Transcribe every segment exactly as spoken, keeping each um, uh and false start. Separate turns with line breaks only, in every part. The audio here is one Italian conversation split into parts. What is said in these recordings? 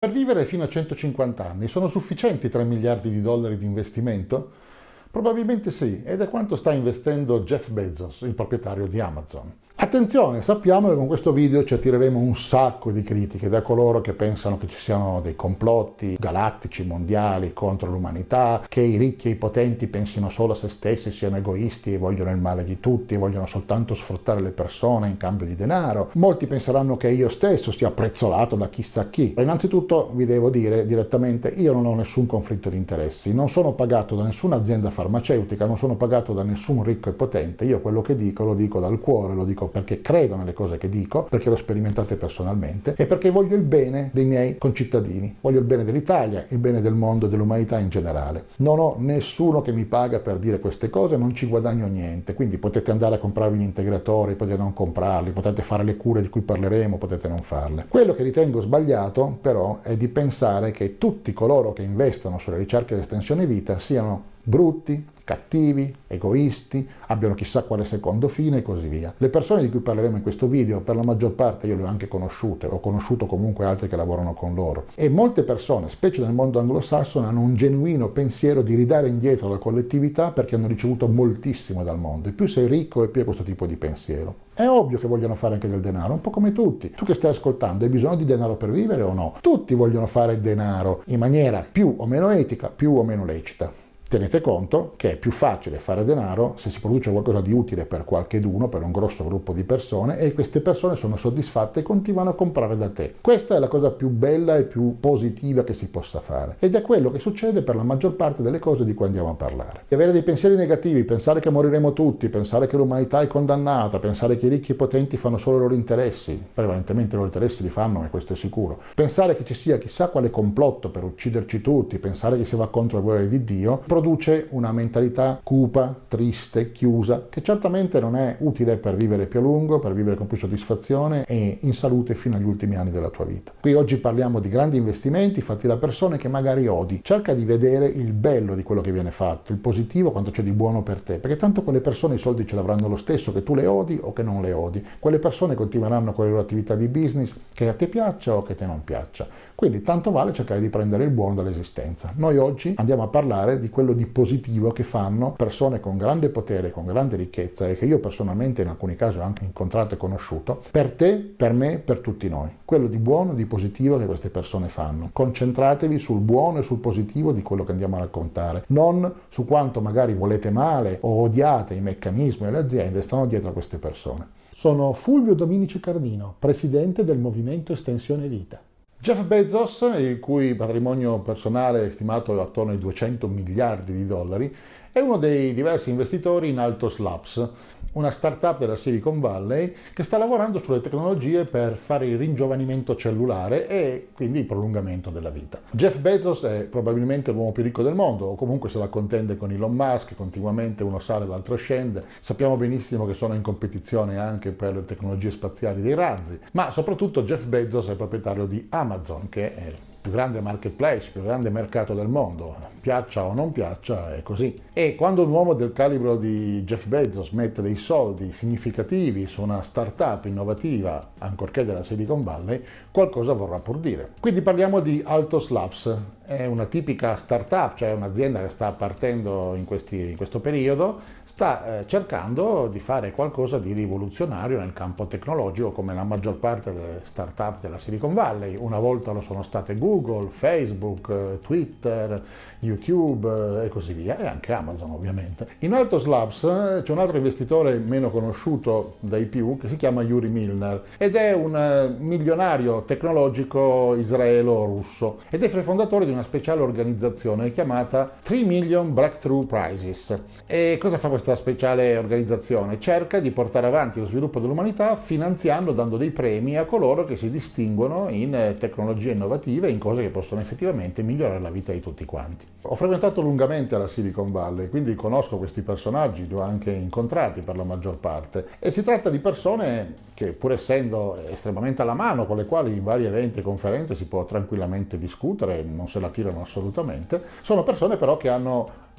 Per vivere fino a centocinquanta anni sono sufficienti tre miliardi di dollari di investimento? Probabilmente sì, ed è quanto sta investendo Jeff Bezos, il proprietario di Amazon. Attenzione, sappiamo che con questo video ci attireremo un sacco di critiche da coloro che pensano che ci siano dei complotti galattici, mondiali contro l'umanità, che i ricchi e i potenti pensino solo a se stessi, siano egoisti e vogliono il male di tutti, vogliono soltanto sfruttare le persone in cambio di denaro. Molti penseranno che io stesso sia prezzolato da chissà chi. Innanzitutto vi devo dire direttamente, io non ho nessun conflitto di interessi, non sono pagato da nessuna azienda farmaceutica, non sono pagato da nessun ricco e potente. Io quello che dico lo dico dal cuore, lo dico perché credo nelle cose che dico, perché l'ho sperimentate personalmente e perché voglio il bene dei miei concittadini, voglio il bene dell'Italia, il bene del mondo e dell'umanità in generale. Non ho nessuno che mi paga per dire queste cose, non ci guadagno niente, quindi potete andare a comprarvi gli integratori, potete non comprarli, potete fare le cure di cui parleremo, potete non farle. Quello che ritengo sbagliato però è di pensare che tutti coloro che investono sulle ricerche di estensione vita siano brutti, cattivi, egoisti, abbiano chissà quale secondo fine e così via. Le persone di cui parleremo in questo video, per la maggior parte io le ho anche conosciute, ho conosciuto comunque altri che lavorano con loro, e molte persone, specie nel mondo anglosassone, hanno un genuino pensiero di ridare indietro alla collettività perché hanno ricevuto moltissimo dal mondo, e più sei ricco e più hai questo tipo di pensiero. È ovvio che vogliono fare anche del denaro, un po' come tutti. Tu che stai ascoltando, hai bisogno di denaro per vivere o no? Tutti vogliono fare denaro in maniera più o meno etica, più o meno lecita. Tenete conto che è più facile fare denaro se si produce qualcosa di utile per qualcheduno, per un grosso gruppo di persone, e queste persone sono soddisfatte e continuano a comprare da te. Questa è la cosa più bella e più positiva che si possa fare. Ed è quello che succede per la maggior parte delle cose di cui andiamo a parlare. E avere dei pensieri negativi, pensare che moriremo tutti, pensare che l'umanità è condannata, pensare che i ricchi e i potenti fanno solo i loro interessi, prevalentemente i loro interessi li fanno e questo è sicuro, pensare che ci sia chissà quale complotto per ucciderci tutti, pensare che si va contro il volere di Dio, produce una mentalità cupa, triste, chiusa, che certamente non è utile per vivere più a lungo, per vivere con più soddisfazione e in salute fino agli ultimi anni della tua vita. Qui oggi parliamo di grandi investimenti fatti da persone che magari odi. Cerca di vedere il bello di quello che viene fatto, il positivo, quanto c'è di buono per te, perché tanto quelle persone i soldi ce l'avranno lo stesso, che tu le odi o che non le odi. Quelle persone continueranno con le loro attività di business, che a te piaccia o che a te non piaccia. Quindi tanto vale cercare di prendere il buono dall'esistenza. Noi oggi andiamo a parlare di quello di positivo che fanno persone con grande potere, con grande ricchezza, e che io personalmente in alcuni casi ho anche incontrato e conosciuto, per te, per me, per tutti noi. Quello di buono, di positivo che queste persone fanno. Concentratevi sul buono e sul positivo di quello che andiamo a raccontare, non su quanto magari volete male o odiate i meccanismi e le aziende che stanno dietro a queste persone. Sono Fulvio Dominici Cardino, presidente del Movimento Estensione Vita. Jeff Bezos, il cui patrimonio personale è stimato attorno ai duecento miliardi di dollari, è uno dei diversi investitori in Altos Labs, una startup della Silicon Valley che sta lavorando sulle tecnologie per fare il ringiovanimento cellulare e quindi il prolungamento della vita. Jeff Bezos è probabilmente l'uomo più ricco del mondo, o comunque se la contende con Elon Musk, continuamente uno sale e l'altro scende. Sappiamo benissimo che sono in competizione anche per le tecnologie spaziali dei razzi, ma soprattutto Jeff Bezos è proprietario di Amazon, che è il più grande marketplace, il più grande mercato del mondo, piaccia o non piaccia, è così. E quando un uomo del calibro di Jeff Bezos mette dei soldi significativi su una startup innovativa, ancorché della Silicon Valley, qualcosa vorrà pur dire. Quindi parliamo di Altos Labs, è una tipica startup, cioè un'azienda che sta partendo in, questi, in questo periodo, sta eh, cercando di fare qualcosa di rivoluzionario nel campo tecnologico, come la maggior parte delle startup della Silicon Valley. Una volta lo sono state Google, Facebook, Twitter, YouTube e così via, e anche Amazon ovviamente. In Altos Labs c'è un altro investitore meno conosciuto dai più che si chiama Yuri Milner ed è un milionario tecnologico israelo-russo ed è fra i fondatori di una speciale organizzazione chiamata tre million Breakthrough Prizes. E cosa fa questa speciale organizzazione? Cerca di portare avanti lo sviluppo dell'umanità finanziando, dando dei premi a coloro che si distinguono in tecnologie innovative e in cose che possono effettivamente migliorare la vita di tutti quanti. Ho frequentato lungamente la Silicon Valley, quindi conosco questi personaggi, li ho anche incontrati per la maggior parte, e si tratta di persone che, pur essendo estremamente alla mano, con le quali in vari eventi e conferenze si può tranquillamente discutere, non se la tirano assolutamente, sono persone però che hanno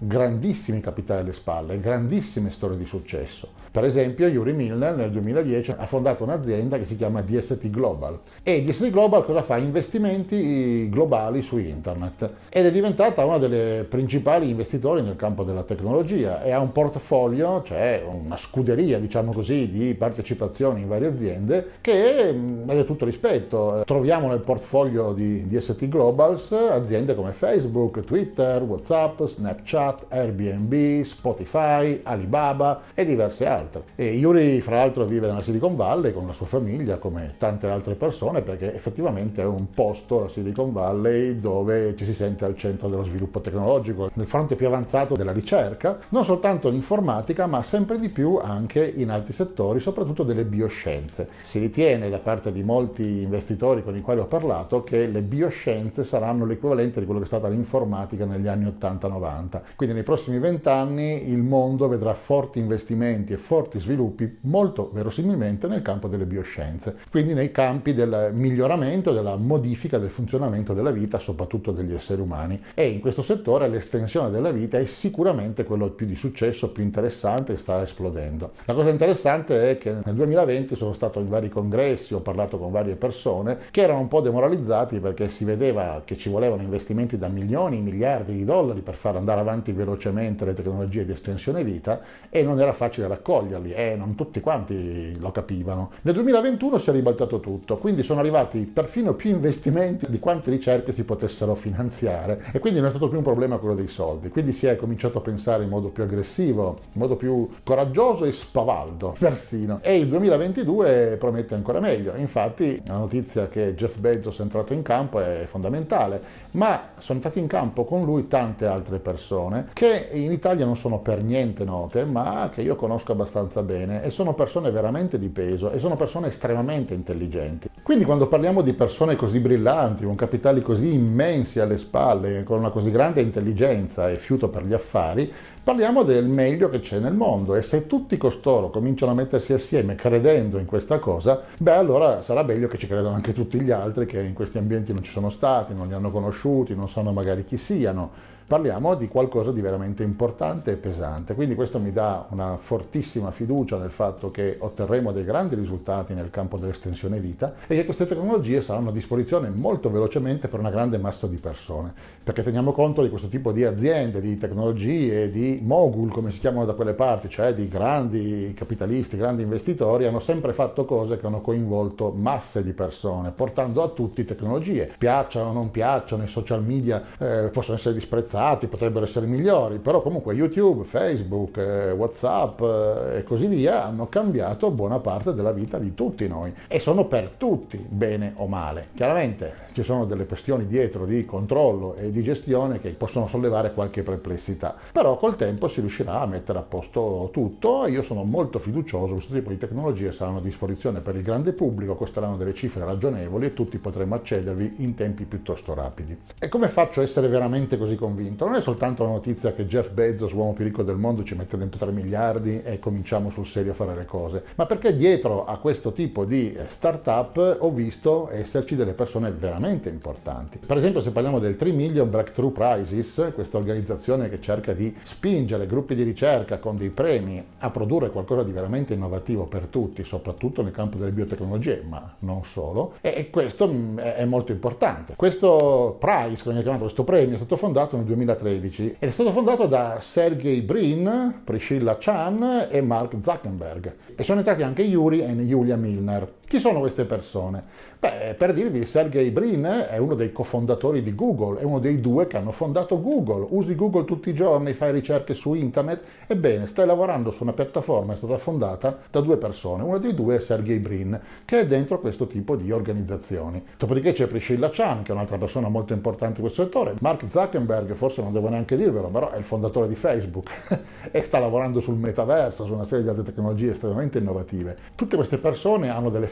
grandissimi capitali alle spalle, grandissime storie di successo. Per esempio, Yuri Milner nel duemiladieci ha fondato un'azienda che si chiama D S T Global. E D S T Global cosa fa? Investimenti globali su internet. Ed è diventata una delle principali investitori nel campo della tecnologia e ha un portfolio, cioè una scuderia, diciamo così, di partecipazioni in varie aziende che è di tutto rispetto. Troviamo nel portfolio di D S T Globals aziende come Facebook, Twitter, WhatsApp, Snapchat, Airbnb, Spotify, Alibaba e diverse altre. E Yuri, fra l'altro, vive nella Silicon Valley con la sua famiglia, come tante altre persone, perché effettivamente è un posto, la Silicon Valley, dove ci si sente al centro dello sviluppo tecnologico, nel fronte più avanzato della ricerca, non soltanto in informatica, ma sempre di più anche in altri settori, soprattutto delle bioscienze. Si ritiene da parte di molti investitori con i quali ho parlato che le bioscienze saranno l'equivalente di quello che è stata l'informatica negli anni ottanta novanta. Quindi nei prossimi vent'anni il mondo vedrà forti investimenti e forti sviluppi, molto verosimilmente nel campo delle bioscienze, quindi nei campi del miglioramento, della modifica del funzionamento della vita, soprattutto degli esseri umani. E in questo settore l'estensione della vita è sicuramente quello più di successo, più interessante, che sta esplodendo. La cosa interessante è che nel duemilaventi sono stato in vari congressi, ho parlato con varie persone che erano un po' demoralizzati perché si vedeva che ci volevano investimenti da milioni, miliardi di dollari per far andare avanti velocemente le tecnologie di estensione vita e non era facile raccoglierli e non tutti quanti lo capivano. Nel duemilaventuno si è ribaltato tutto, quindi sono arrivati perfino più investimenti di quante ricerche si potessero finanziare e quindi non è stato più un problema quello dei soldi, quindi si è cominciato a pensare in modo più aggressivo, in modo più coraggioso e spavaldo persino, e il duemilaventidue promette ancora meglio. Infatti la notizia che Jeff Bezos è entrato in campo è fondamentale, ma sono entrate in campo con lui tante altre persone che in Italia non sono per niente note, ma che io conosco abbastanza bene e sono persone veramente di peso e sono persone estremamente intelligenti. Quindi quando parliamo di persone così brillanti, con capitali così immensi alle spalle, con una così grande intelligenza e fiuto per gli affari, parliamo del meglio che c'è nel mondo e se tutti costoro cominciano a mettersi assieme credendo in questa cosa, beh allora sarà meglio che ci credano anche tutti gli altri che in questi ambienti non ci sono stati, non li hanno conosciuti, non sanno magari chi siano. Parliamo di qualcosa di veramente importante e pesante, quindi questo mi dà una fortissima fiducia nel fatto che otterremo dei grandi risultati nel campo dell'estensione vita e che queste tecnologie saranno a disposizione molto velocemente per una grande massa di persone, perché teniamo conto di questo tipo di aziende, di tecnologie, di mogul come si chiamano da quelle parti, cioè di grandi capitalisti, grandi investitori, hanno sempre fatto cose che hanno coinvolto masse di persone, portando a tutti tecnologie, piacciono o non piacciono, i social media eh, possono essere disprezzati, potrebbero essere migliori, però comunque YouTube, Facebook, eh, WhatsApp eh, e così via hanno cambiato buona parte della vita di tutti noi e sono per tutti, bene o male. Chiaramente ci sono delle questioni dietro di controllo e di gestione che possono sollevare qualche perplessità, però col tempo si riuscirà a mettere a posto tutto e io sono molto fiducioso che questo tipo di tecnologie saranno a disposizione per il grande pubblico, costeranno delle cifre ragionevoli e tutti potremo accedervi in tempi piuttosto rapidi. E come faccio a essere veramente così convinto? Non è soltanto la notizia che Jeff Bezos, l'uomo più ricco del mondo, ci mette dentro tre miliardi e cominciamo sul serio a fare le cose, ma perché dietro a questo tipo di startup ho visto esserci delle persone veramente importanti. Per esempio, se parliamo del tre million Breakthrough Prizes, questa organizzazione che cerca di spingere gruppi di ricerca con dei premi a produrre qualcosa di veramente innovativo per tutti, soprattutto nel campo delle biotecnologie, ma non solo, e questo è molto importante. Questo prize, come è chiamato, questo premio, è stato fondato nel duemilatredici ed è stato fondato da Sergey Brin, Priscilla Chan e Mark Zuckerberg e sono entrati anche Yuri e Yulia Milner. Chi sono queste persone? Beh, per dirvi, Sergey Brin è uno dei cofondatori di Google, è uno dei due che hanno fondato Google. Usi Google tutti i giorni, fai ricerche su internet, ebbene, stai lavorando su una piattaforma, è stata fondata da due persone. Uno dei due è Sergey Brin, che è dentro questo tipo di organizzazioni. Dopodiché c'è Priscilla Chan, che è un'altra persona molto importante in questo settore. Mark Zuckerberg, forse non devo neanche dirvelo, però è il fondatore di Facebook e sta lavorando sul metaverso, su una serie di altre tecnologie estremamente innovative. Tutte queste persone hanno delle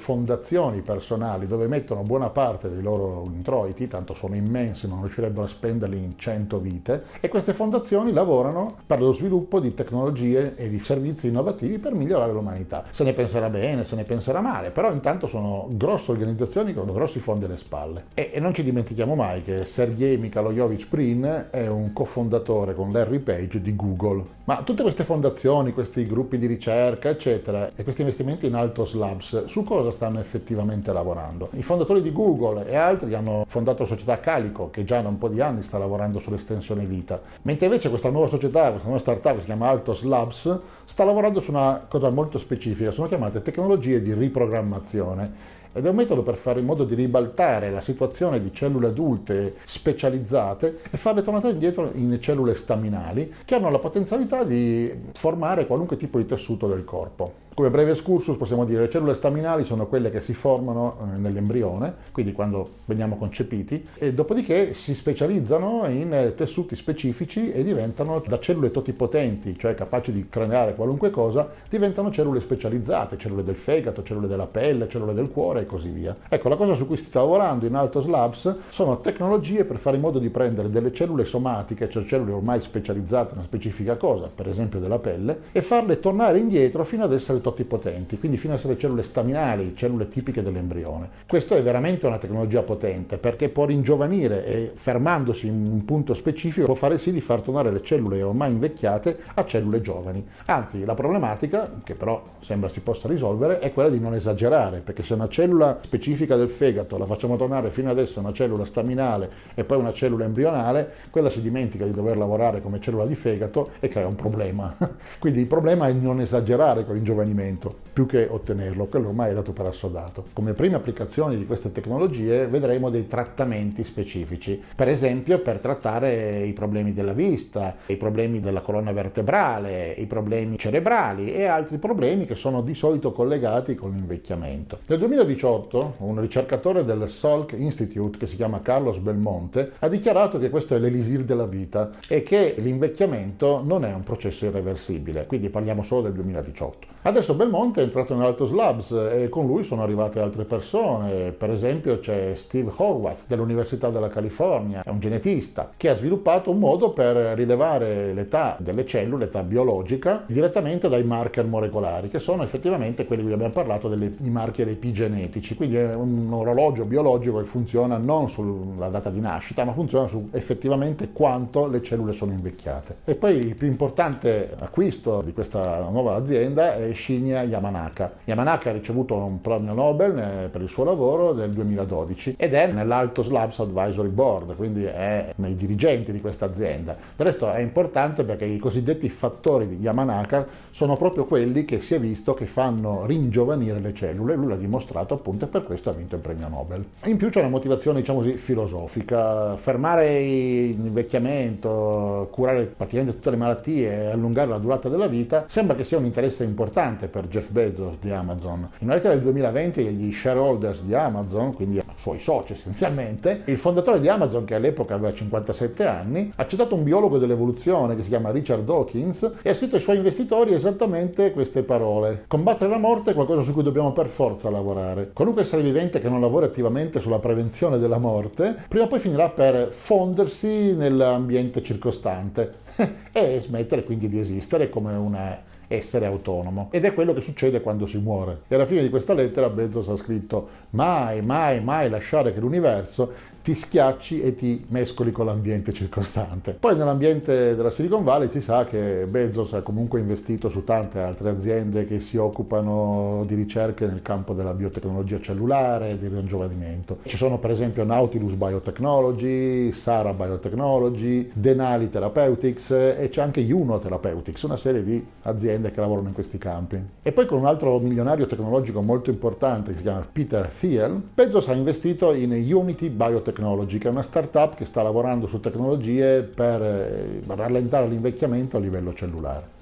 fondazioni personali dove mettono buona parte dei loro introiti, tanto sono immensi, non riuscirebbero a spenderli in cento vite, e queste fondazioni lavorano per lo sviluppo di tecnologie e di servizi innovativi per migliorare l'umanità. Se ne penserà bene, se ne penserà male, però intanto sono grosse organizzazioni con grossi fondi alle spalle. E, e non ci dimentichiamo mai che Sergej Mikhailovich-Brin è un cofondatore con Larry Page di Google. Ma tutte queste fondazioni, questi gruppi di ricerca, eccetera, e questi investimenti in Altos Labs, su cosa stanno effettivamente lavorando? I fondatori di Google e altri hanno fondato la società Calico, che già da un po' di anni sta lavorando sull'estensione vita, mentre invece questa nuova società, questa nuova startup che si chiama Altos Labs, sta lavorando su una cosa molto specifica, sono chiamate tecnologie di riprogrammazione. Ed è un metodo per fare in modo di ribaltare la situazione di cellule adulte specializzate e farle tornare indietro in cellule staminali che hanno la potenzialità di formare qualunque tipo di tessuto del corpo. Come breve excursus possiamo dire che le cellule staminali sono quelle che si formano nell'embrione, quindi quando veniamo concepiti, e dopodiché si specializzano in tessuti specifici e diventano da cellule totipotenti, cioè capaci di creare qualunque cosa, diventano cellule specializzate, cellule del fegato, cellule della pelle, cellule del cuore e così via. Ecco, la cosa su cui si sta lavorando in Altos Labs sono tecnologie per fare in modo di prendere delle cellule somatiche, cioè cellule ormai specializzate in una specifica cosa, per esempio della pelle, e farle tornare indietro fino ad essere totipotenti, quindi fino ad essere cellule staminali, cellule tipiche dell'embrione. Questo è veramente una tecnologia potente perché può ringiovanire e, fermandosi in un punto specifico, può fare sì di far tornare le cellule ormai invecchiate a cellule giovani. Anzi, la problematica, che però sembra si possa risolvere, è quella di non esagerare, perché se una cellula specifica del fegato la facciamo tornare fino adesso a una cellula staminale e poi una cellula embrionale, quella si dimentica di dover lavorare come cellula di fegato e crea un problema. Quindi il problema è non esagerare con l'ingiovanimento, più che ottenerlo, quello ormai è dato per assodato. Come prime applicazioni di queste tecnologie vedremo dei trattamenti specifici, per esempio per trattare i problemi della vista, i problemi della colonna vertebrale, i problemi cerebrali e altri problemi che sono di solito collegati con l'invecchiamento. Nel duemiladiciotto un ricercatore del Salk Institute che si chiama Carlos Belmonte ha dichiarato che questo è l'elisir della vita e che l'invecchiamento non è un processo irreversibile, quindi parliamo solo del duemiladiciotto. Adesso Belmonte è entrato in Altos Labs e con lui sono arrivate altre persone, per esempio c'è Steve Horwath dell'Università della California, è un genetista che ha sviluppato un modo per rilevare l'età delle cellule, l'età biologica, direttamente dai marker molecolari, che sono effettivamente quelli di cui abbiamo parlato, dei marker epigenetici, quindi è un orologio biologico che funziona non sulla data di nascita, ma funziona su effettivamente quanto le cellule sono invecchiate. E poi il più importante acquisto di questa nuova azienda è Shinya Yamanaka. Yamanaka ha ricevuto un premio Nobel per il suo lavoro nel duemiladodici ed è nell'Altos Labs Advisory Board, quindi è nei dirigenti di questa azienda. Del resto è importante perché i cosiddetti fattori di Yamanaka sono proprio quelli che si è visto che fanno ringiovanire le cellule, lui l'ha dimostrato appunto e per questo ha vinto il premio Nobel. In più c'è una motivazione, diciamo così, filosofica. Fermare l'invecchiamento, curare praticamente tutte le malattie e allungare la durata della vita sembra che sia un interesse importante per Jeff Bezos di Amazon. In una lettera del duemilaventi agli shareholders di Amazon, quindi ai suoi soci essenzialmente, il fondatore di Amazon, che all'epoca aveva cinquantasette anni, ha citato un biologo dell'evoluzione che si chiama Richard Dawkins e ha scritto ai suoi investitori esattamente queste parole: combattere la morte è qualcosa su cui dobbiamo per forza lavorare. Qualunque essere vivente che non lavora attivamente sulla prevenzione della morte prima o poi finirà per fondersi nell'ambiente circostante e smettere quindi di esistere come una essere autonomo, ed è quello che succede quando si muore. E alla fine di questa lettera Bezos ha scritto: mai, mai, mai lasciare che l'universo ti schiacci e ti mescoli con l'ambiente circostante. Poi nell'ambiente della Silicon Valley si sa che Bezos ha comunque investito su tante altre aziende che si occupano di ricerche nel campo della biotecnologia cellulare e del ringiovanimento. Ci sono per esempio Nautilus Biotechnology, Sara Biotechnology, Denali Therapeutics e c'è anche Juno Therapeutics, una serie di aziende che lavorano in questi campi. E poi con un altro milionario tecnologico molto importante che si chiama Peter Thiel, Bezos ha investito in Unity Biotechnology, che è una startup che sta lavorando su tecnologie per rallentare l'invecchiamento a livello cellulare.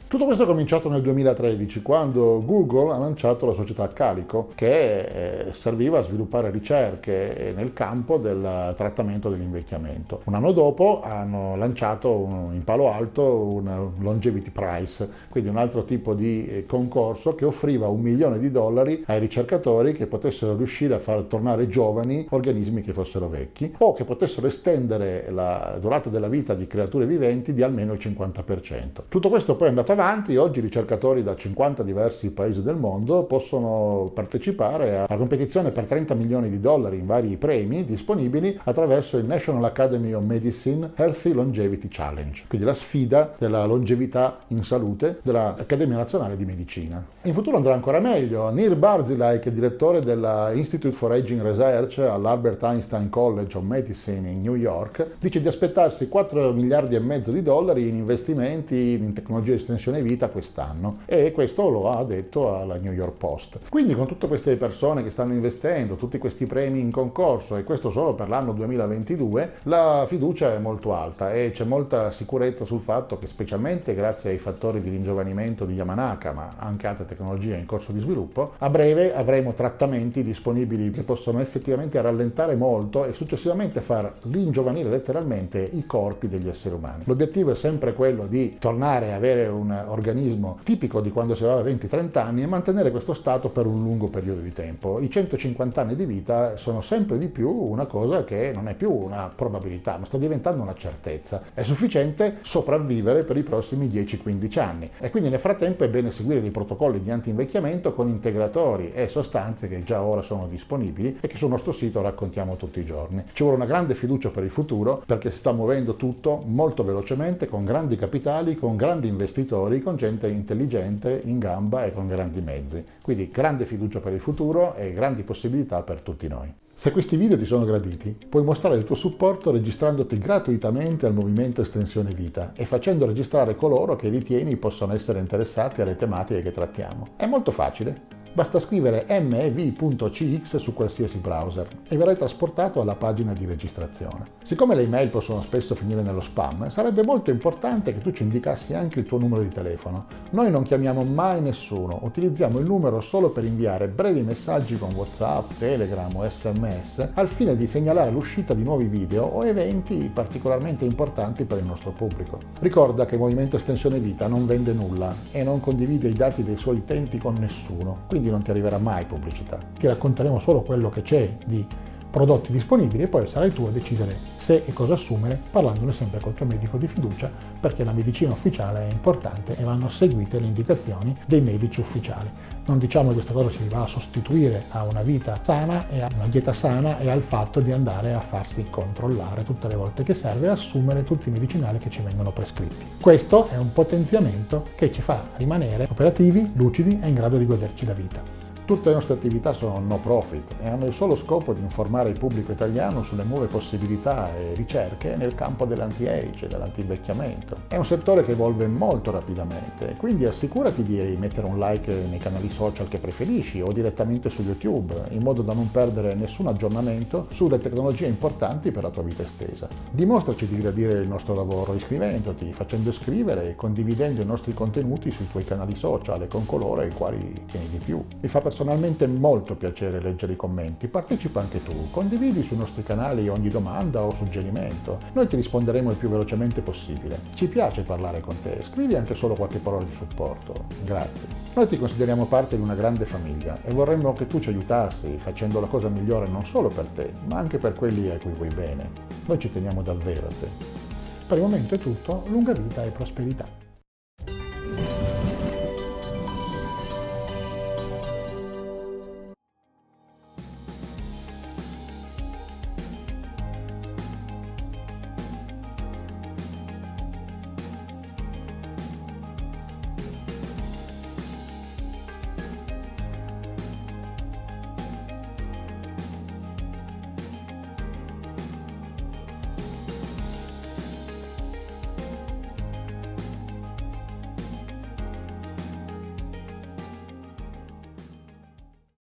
Tutto questo è cominciato nel duemilatredici, quando Google ha lanciato la società Calico, che eh, serviva a sviluppare ricerche nel campo del trattamento dell'invecchiamento. Un anno dopo hanno lanciato un, in Palo Alto un Longevity Prize, quindi un altro tipo di concorso che offriva un milione di dollari ai ricercatori che potessero riuscire a far tornare giovani organismi che fossero vecchi o che potessero estendere la durata della vita di creature viventi di almeno il cinquanta per cento. Tutto questo poi è andato avanti, oggi ricercatori da cinquanta diversi paesi del mondo possono partecipare alla competizione per trenta milioni di dollari in vari premi disponibili attraverso il National Academy of Medicine Healthy Longevity Challenge, quindi la sfida della longevità in salute dell'Accademia Nazionale di Medicina. In futuro andrà ancora meglio. Nir Barzilai, che è direttore della Institute for Aging Research all'Albert Einstein College of Medicine in New York, dice di aspettarsi quattro miliardi e mezzo di dollari in investimenti in tecnologia di estensione vita quest'anno, e questo lo ha detto alla New York Post. Quindi con tutte queste persone che stanno investendo, tutti questi premi in concorso, e questo solo per l'anno duemilaventidue, la fiducia è molto alta e c'è molta sicurezza sul fatto che, specialmente grazie ai fattori di ringiovanimento di Yamanaka, ma anche altre tecnologie in corso di sviluppo, a breve avremo trattamenti disponibili che possono effettivamente rallentare molto e successivamente far ringiovanire letteralmente i corpi degli esseri umani. L'obiettivo è sempre quello di tornare a avere un organismo tipico di quando si aveva venti trenta anni e mantenere questo stato per un lungo periodo di tempo. I centocinquanta anni di vita sono sempre di più una cosa che non è più una probabilità, ma sta diventando una certezza. È sufficiente sopravvivere per i prossimi dieci quindici anni e quindi nel frattempo è bene seguire dei protocolli di anti-invecchiamento con integratori e sostanze che già ora sono disponibili e che sul nostro sito raccontiamo tutti i giorni. Ci vuole una grande fiducia per il futuro, perché si sta muovendo tutto molto velocemente, con grandi capitali, con grandi investitori, con gente intelligente in gamba e con grandi mezzi. Quindi grande fiducia per il futuro e grandi possibilità per tutti noi. Se questi video ti sono graditi, puoi mostrare il tuo supporto registrandoti gratuitamente al movimento Estensione Vita e facendo registrare coloro che ritieni possano essere interessati alle tematiche che trattiamo. È molto facile. Basta scrivere m e v punto c x su qualsiasi browser e verrai trasportato alla pagina di registrazione. Siccome le email possono spesso finire nello spam, sarebbe molto importante che tu ci indicassi anche il tuo numero di telefono. Noi non chiamiamo mai nessuno, utilizziamo il numero solo per inviare brevi messaggi con WhatsApp, Telegram o S M S al fine di segnalare l'uscita di nuovi video o eventi particolarmente importanti per il nostro pubblico. Ricorda che il Movimento Estensione Vita non vende nulla e non condivide i dati dei suoi utenti con nessuno, quindi non ti arriverà mai pubblicità. Ti racconteremo solo quello che c'è di prodotti disponibili e poi sarai tu a decidere se e cosa assumere, parlandone sempre col tuo medico di fiducia, perché la medicina ufficiale è importante e vanno seguite le indicazioni dei medici ufficiali. Non diciamo che questa cosa si va a sostituire a una vita sana e a una dieta sana e al fatto di andare a farsi controllare tutte le volte che serve e assumere tutti i medicinali che ci vengono prescritti. Questo è un potenziamento che ci fa rimanere operativi, lucidi e in grado di goderci la vita. Tutte le nostre attività sono no profit e hanno il solo scopo di informare il pubblico italiano sulle nuove possibilità e ricerche nel campo dell'anti-age e dell'antivecchiamento. È un settore che evolve molto rapidamente, quindi assicurati di mettere un like nei canali social che preferisci o direttamente su YouTube, in modo da non perdere nessun aggiornamento sulle tecnologie importanti per la tua vita estesa. Dimostraci di gradire il nostro lavoro iscrivendoti, facendo iscrivere e condividendo i nostri contenuti sui tuoi canali social e con coloro ai quali tieni di più. Mi fa personalmente molto piacere leggere i commenti, partecipa anche tu, condividi sui nostri canali ogni domanda o suggerimento, noi ti risponderemo il più velocemente possibile. Ci piace parlare con te, scrivi anche solo qualche parola di supporto, grazie. Noi ti consideriamo parte di una grande famiglia e vorremmo che tu ci aiutassi facendo la cosa migliore non solo per te, ma anche per quelli a cui vuoi bene. Noi ci teniamo davvero a te. Per il momento è tutto, lunga vita e prosperità.